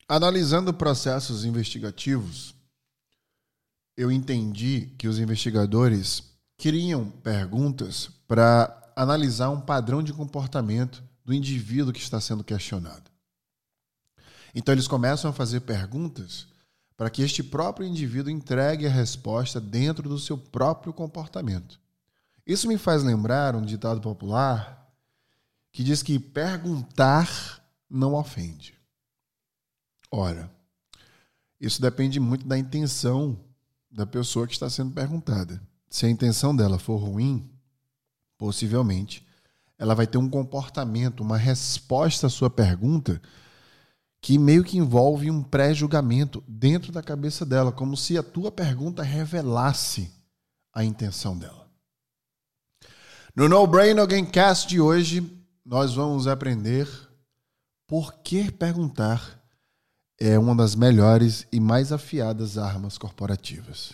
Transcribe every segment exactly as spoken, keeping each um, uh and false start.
Analisando processos investigativos, eu entendi que os investigadores criam perguntas para analisar um padrão de comportamento do indivíduo que está sendo questionado. Então, eles começam a fazer perguntas para que este próprio indivíduo entregue a resposta dentro do seu próprio comportamento. Isso me faz lembrar um ditado popular que diz que perguntar não ofende. Ora, isso depende muito da intenção da pessoa que está sendo perguntada. Se a intenção dela for ruim, possivelmente, ela vai ter um comportamento, uma resposta à sua pergunta que meio que envolve um pré-julgamento dentro da cabeça dela, como se a tua pergunta revelasse a intenção dela. No No Brain Again Cast de hoje, nós vamos aprender por que perguntar é uma das melhores e mais afiadas armas corporativas.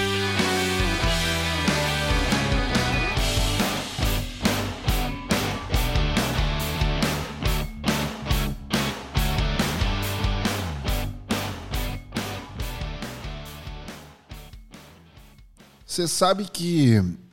Você sabe que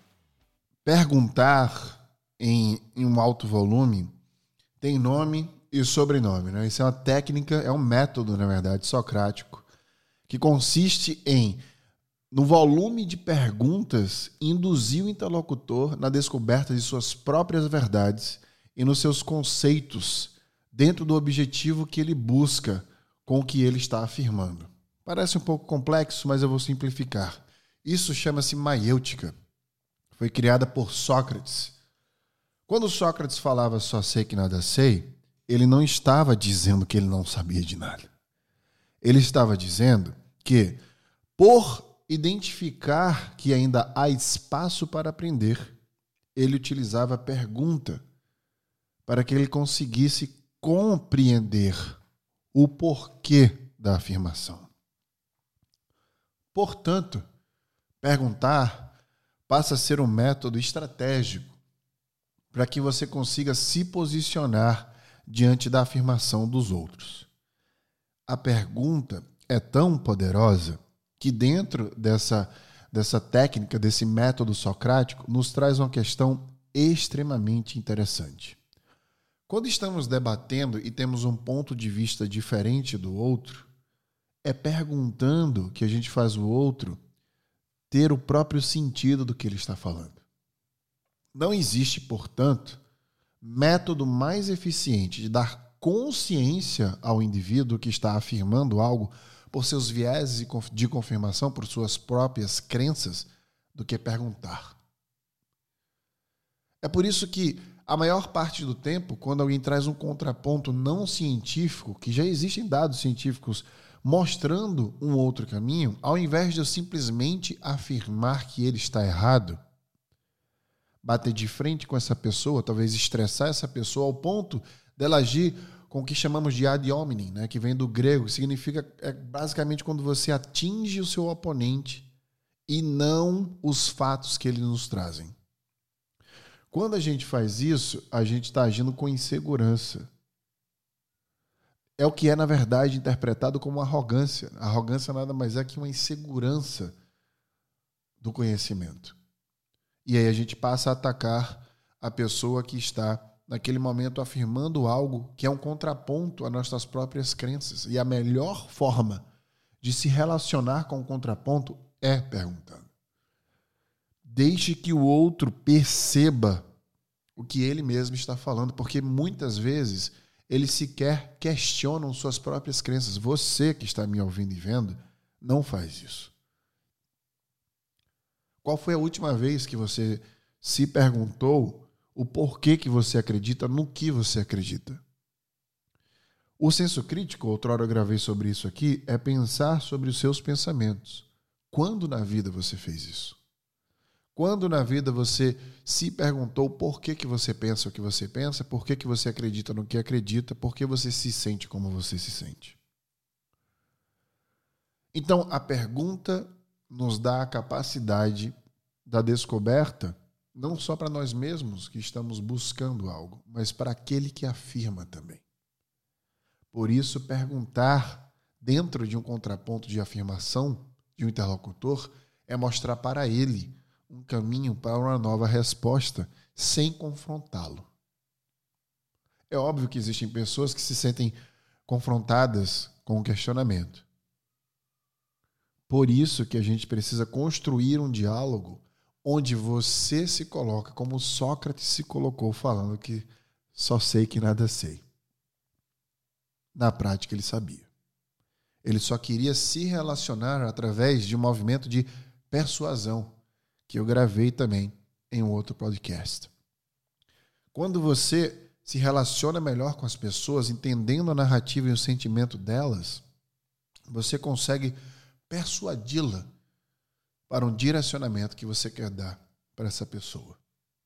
perguntar em, em um alto volume tem nome e sobrenome, né? Isso é uma técnica, é um método, na verdade, socrático, que consiste em, no volume de perguntas, induzir o interlocutor na descoberta de suas próprias verdades e nos seus conceitos dentro do objetivo que ele busca com o que ele está afirmando. Parece um pouco complexo, mas eu vou simplificar. Isso chama-se maiêutica. Foi criada por Sócrates. Quando Sócrates falava só sei que nada sei, ele não estava dizendo que ele não sabia de nada. Ele estava dizendo que, por identificar que ainda há espaço para aprender, ele utilizava a pergunta para que ele conseguisse compreender o porquê da afirmação. Portanto, perguntar passa a ser um método estratégico para que você consiga se posicionar diante da afirmação dos outros. A pergunta é tão poderosa que dentro dessa, dessa técnica, desse método socrático, nos traz uma questão extremamente interessante. Quando estamos debatendo e temos um ponto de vista diferente do outro, é perguntando que a gente faz o outro ter o próprio sentido do que ele está falando. Não existe, portanto, método mais eficiente de dar consciência ao indivíduo que está afirmando algo por seus vieses de confirmação, por suas próprias crenças, do que perguntar. É por isso que a maior parte do tempo, quando alguém traz um contraponto não científico, que já existem dados científicos mostrando um outro caminho, ao invés de eu simplesmente afirmar que ele está errado, bater de frente com essa pessoa, talvez estressar essa pessoa ao ponto dela agir com o que chamamos de ad hominem, né, que vem do grego, que significa é basicamente quando você atinge o seu oponente e não os fatos que eles nos trazem. Quando a gente faz isso, a gente está agindo com insegurança. É o que é, na verdade, interpretado como arrogância. A arrogância nada mais é que uma insegurança do conhecimento. E aí a gente passa a atacar a pessoa que está, naquele momento, afirmando algo que é um contraponto às nossas próprias crenças. E a melhor forma de se relacionar com o contraponto é perguntando. Deixe que o outro perceba o que ele mesmo está falando, porque muitas vezes eles sequer questionam suas próprias crenças. Você que está me ouvindo e vendo, não faz isso. Qual foi a última vez que você se perguntou o porquê que você acredita no que você acredita? O senso crítico, outrora eu gravei sobre isso aqui, é pensar sobre os seus pensamentos. Quando na vida você fez isso? Quando na vida você se perguntou por que que você pensa o que você pensa, por que que você acredita no que acredita, por que você se sente como você se sente? Então, a pergunta nos dá a capacidade da descoberta, não só para nós mesmos que estamos buscando algo, mas para aquele que afirma também. Por isso, perguntar dentro de um contraponto de afirmação de um interlocutor é mostrar para ele um caminho para uma nova resposta sem confrontá-lo. É óbvio que existem pessoas que se sentem confrontadas com o questionamento. Por isso que a gente precisa construir um diálogo onde você se coloca como Sócrates se colocou, falando que só sei que nada sei. Na prática, ele sabia. Ele só queria se relacionar através de um movimento de persuasão, que eu gravei também em um outro podcast. Quando você se relaciona melhor com as pessoas, entendendo a narrativa e o sentimento delas, você consegue persuadi-la para um direcionamento que você quer dar para essa pessoa.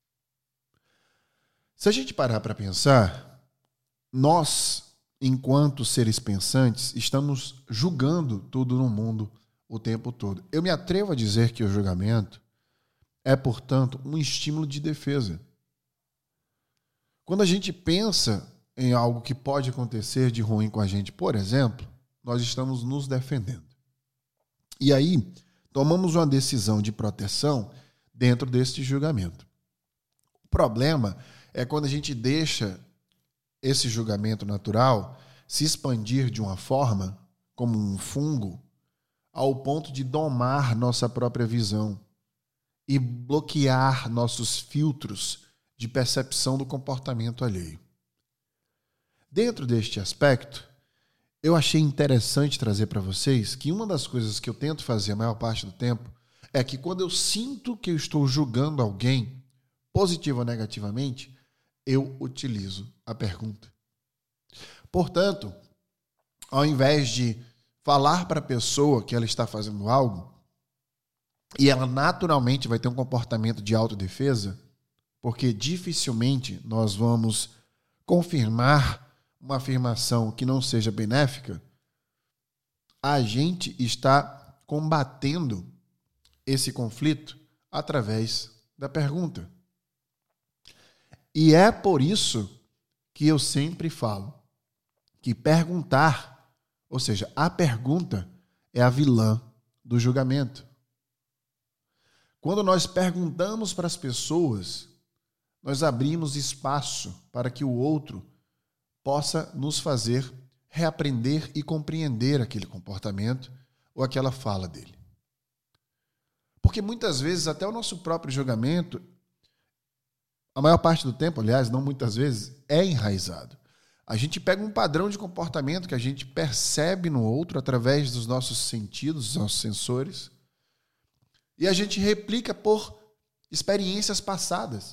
Se a gente parar para pensar, nós, enquanto seres pensantes, estamos julgando tudo no mundo o tempo todo. Eu me atrevo a dizer que o julgamento é, portanto, um estímulo de defesa. Quando a gente pensa em algo que pode acontecer de ruim com a gente, por exemplo, nós estamos nos defendendo. E aí, tomamos uma decisão de proteção dentro deste julgamento. O problema é quando a gente deixa esse julgamento natural se expandir de uma forma, como um fungo, ao ponto de domar nossa própria visão e bloquear nossos filtros de percepção do comportamento alheio. Dentro deste aspecto, eu achei interessante trazer para vocês que uma das coisas que eu tento fazer a maior parte do tempo é que quando eu sinto que eu estou julgando alguém, positivo ou negativamente, eu utilizo a pergunta. Portanto, ao invés de falar para a pessoa que ela está fazendo algo, e ela naturalmente vai ter um comportamento de autodefesa, porque dificilmente nós vamos confirmar uma afirmação que não seja benéfica, a gente está combatendo esse conflito através da pergunta. E é por isso que eu sempre falo que perguntar, ou seja, a pergunta é a vilã do julgamento. Quando nós perguntamos para as pessoas, nós abrimos espaço para que o outro possa nos fazer reaprender e compreender aquele comportamento ou aquela fala dele. Porque muitas vezes até o nosso próprio julgamento, a maior parte do tempo, aliás, não muitas vezes, é enraizado. A gente pega um padrão de comportamento que a gente percebe no outro através dos nossos sentidos, dos nossos sensores, e a gente replica por experiências passadas.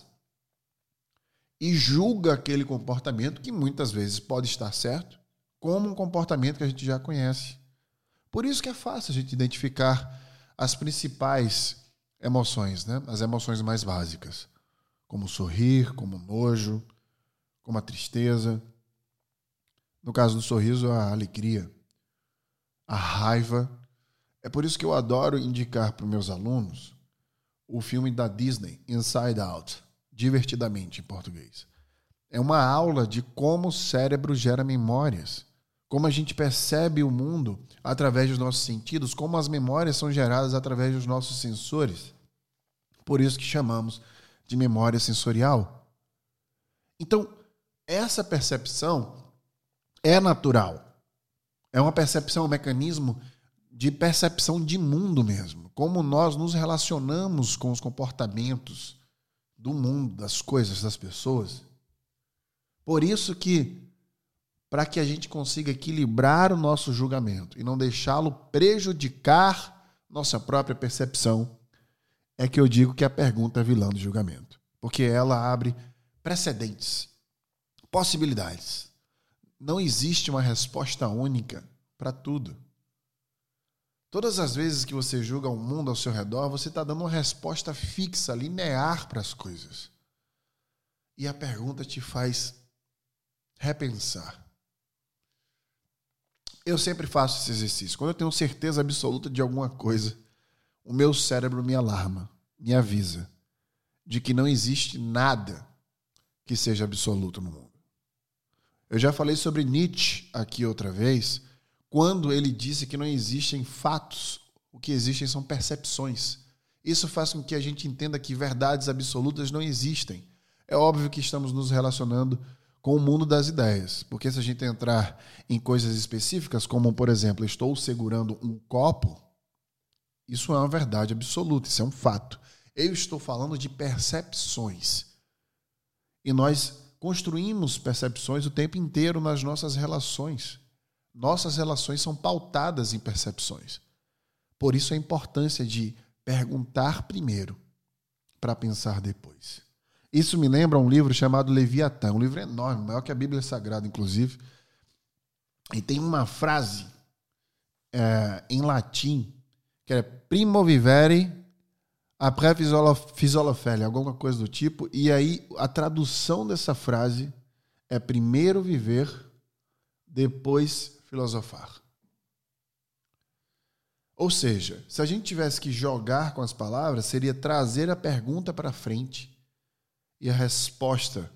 E julga aquele comportamento, que muitas vezes pode estar certo, como um comportamento que a gente já conhece. Por isso que é fácil a gente identificar as principais emoções, né? As emoções mais básicas, como sorrir, como nojo, como a tristeza. No caso do sorriso, a alegria, a raiva. É por isso que eu adoro indicar para os meus alunos o filme da Disney, Inside Out, divertidamente em português. É uma aula de como o cérebro gera memórias, como a gente percebe o mundo através dos nossos sentidos, como as memórias são geradas através dos nossos sensores. Por isso que chamamos de memória sensorial. Então, essa percepção é natural. É uma percepção, um mecanismo de percepção de mundo mesmo. Como nós nos relacionamos com os comportamentos do mundo, das coisas, das pessoas. Por isso que, para que a gente consiga equilibrar o nosso julgamento e não deixá-lo prejudicar nossa própria percepção, é que eu digo que a pergunta é vilã do julgamento. Porque ela abre precedentes, possibilidades. Não existe uma resposta única para tudo. Todas as vezes que você julga o mundo ao seu redor, você está dando uma resposta fixa, linear para as coisas. E a pergunta te faz repensar. Eu sempre faço esse exercício. Quando eu tenho certeza absoluta de alguma coisa, o meu cérebro me alarma, me avisa de que não existe nada que seja absoluto no mundo. Eu já falei sobre Nietzsche aqui outra vez, quando ele disse que não existem fatos, o que existem são percepções. Isso faz com que a gente entenda que verdades absolutas não existem. É óbvio que estamos nos relacionando com o mundo das ideias, porque se a gente entrar em coisas específicas, como, por exemplo, estou segurando um copo, isso é uma verdade absoluta, isso é um fato. Eu estou falando de percepções. E nós construímos percepções o tempo inteiro nas nossas relações. Nossas relações são pautadas em percepções. Por isso a importância de perguntar primeiro para pensar depois. Isso me lembra um livro chamado Leviatã, um livro enorme, maior que a Bíblia Sagrada, inclusive. E tem uma frase é, em latim, que é primo vivere après philosophere, alguma coisa do tipo. E aí a tradução dessa frase é primeiro viver, depois filosofar. Ou seja, se a gente tivesse que jogar com as palavras, seria trazer a pergunta para frente e a resposta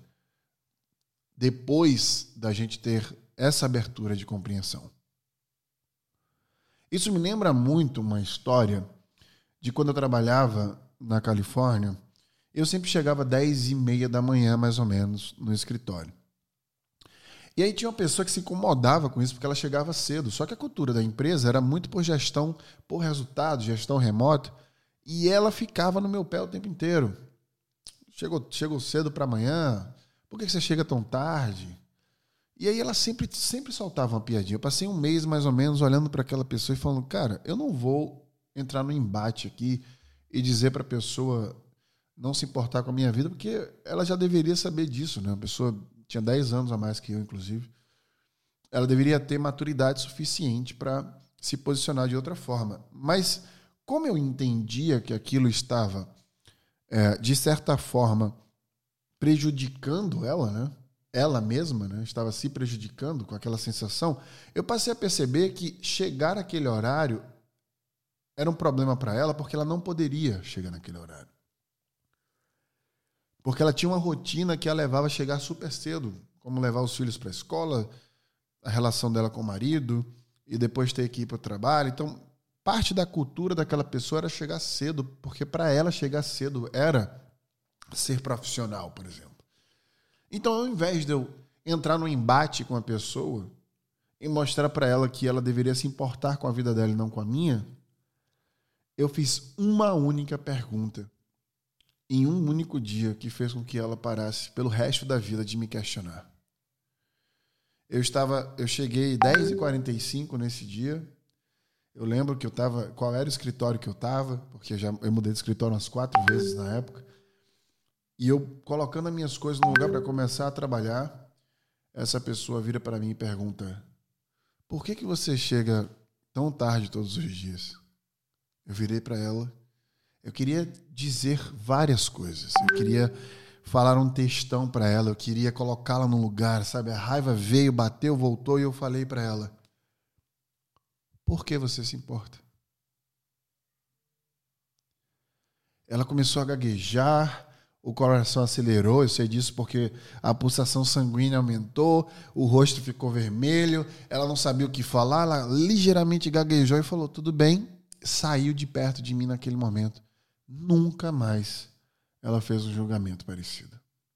depois da gente ter essa abertura de compreensão. Isso me lembra muito uma história de quando eu trabalhava na Califórnia. Eu sempre chegava às dez e meia da manhã, mais ou menos, no escritório. E aí tinha uma pessoa que se incomodava com isso porque ela chegava cedo. Só que a cultura da empresa era muito por gestão, por resultado, gestão remota. E ela ficava no meu pé o tempo inteiro. Chegou, chegou cedo para amanhã. Por que você chega tão tarde? E aí ela sempre, sempre soltava uma piadinha. Eu passei um mês mais ou menos olhando para aquela pessoa e falando, cara, eu não vou entrar no embate aqui e dizer para a pessoa não se importar com a minha vida, porque ela já deveria saber disso, né? A pessoa tinha dez anos a mais que eu, inclusive. Ela deveria ter maturidade suficiente para se posicionar de outra forma. Mas como eu entendia que aquilo estava, é, de certa forma, prejudicando ela, né? Ela mesma, né? Estava se prejudicando com aquela sensação, eu passei a perceber que chegar naquele horário era um problema para ela, porque ela não poderia chegar naquele horário. Porque ela tinha uma rotina que a levava a chegar super cedo, como levar os filhos para a escola, a relação dela com o marido, e depois ter que ir para o trabalho. Então, parte da cultura daquela pessoa era chegar cedo, porque para ela chegar cedo era ser profissional, por exemplo. Então, ao invés de eu entrar num embate com a pessoa e mostrar para ela que ela deveria se importar com a vida dela e não com a minha, eu fiz uma única pergunta em um único dia que fez com que ela parasse pelo resto da vida de me questionar. Eu estava, eu cheguei dez e quarenta e cinco nesse dia. Eu lembro que eu estava, qual era o escritório que eu estava, porque eu já eu mudei de escritório umas quatro vezes na época. E eu colocando as minhas coisas no lugar para começar a trabalhar, essa pessoa vira para mim e pergunta: por que que você chega tão tarde todos os dias? Eu virei para ela. Eu queria dizer várias coisas. Eu queria falar um textão para ela. Eu queria colocá-la num lugar, sabe? A raiva veio, bateu, voltou e eu falei para ela: por que você se importa? Ela começou a gaguejar, o coração acelerou. Eu sei disso porque a pulsação sanguínea aumentou, o rosto ficou vermelho, ela não sabia o que falar, ela ligeiramente gaguejou e falou: tudo bem, saiu de perto de mim naquele momento. Nunca mais ela fez um julgamento parecido.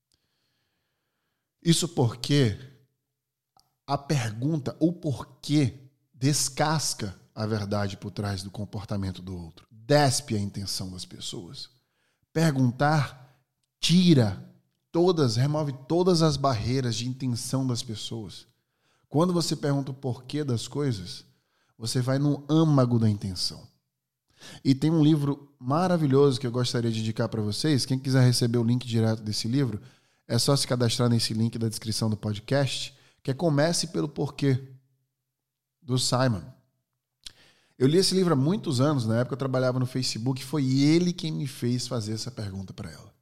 Isso porque a pergunta, o porquê, descasca a verdade por trás do comportamento do outro. Despe a intenção das pessoas. Perguntar tira todas, remove todas as barreiras de intenção das pessoas. Quando você pergunta o porquê das coisas, você vai no âmago da intenção. E tem um livro maravilhoso que eu gostaria de indicar para vocês. Quem quiser receber o link direto desse livro, é só se cadastrar nesse link da descrição do podcast, que é Comece pelo Porquê, do Simon. Eu li esse livro há muitos anos, na época eu trabalhava no Facebook, foi ele quem me fez fazer essa pergunta para ela.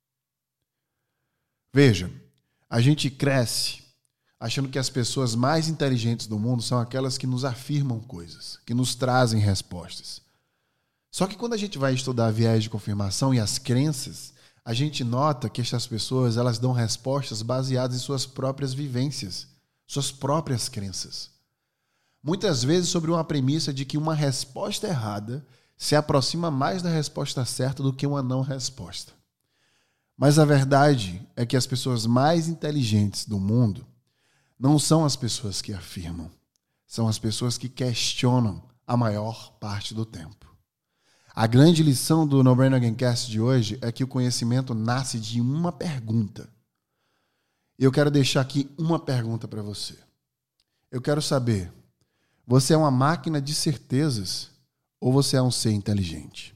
Veja, a gente cresce achando que as pessoas mais inteligentes do mundo são aquelas que nos afirmam coisas, que nos trazem respostas. Só que quando a gente vai estudar viés de confirmação e as crenças, a gente nota que essas pessoas elas dão respostas baseadas em suas próprias vivências, suas próprias crenças. muitas vezes sobre uma premissa de que uma resposta errada se aproxima mais da resposta certa do que uma não resposta. Mas a verdade é que as pessoas mais inteligentes do mundo não são as pessoas que afirmam, são as pessoas que questionam a maior parte do tempo. A grande lição do No Brainer Gamecast de hoje é que o conhecimento nasce de uma pergunta. Eu quero deixar aqui uma pergunta para você. Eu quero saber, você é uma máquina de certezas ou você é um ser inteligente?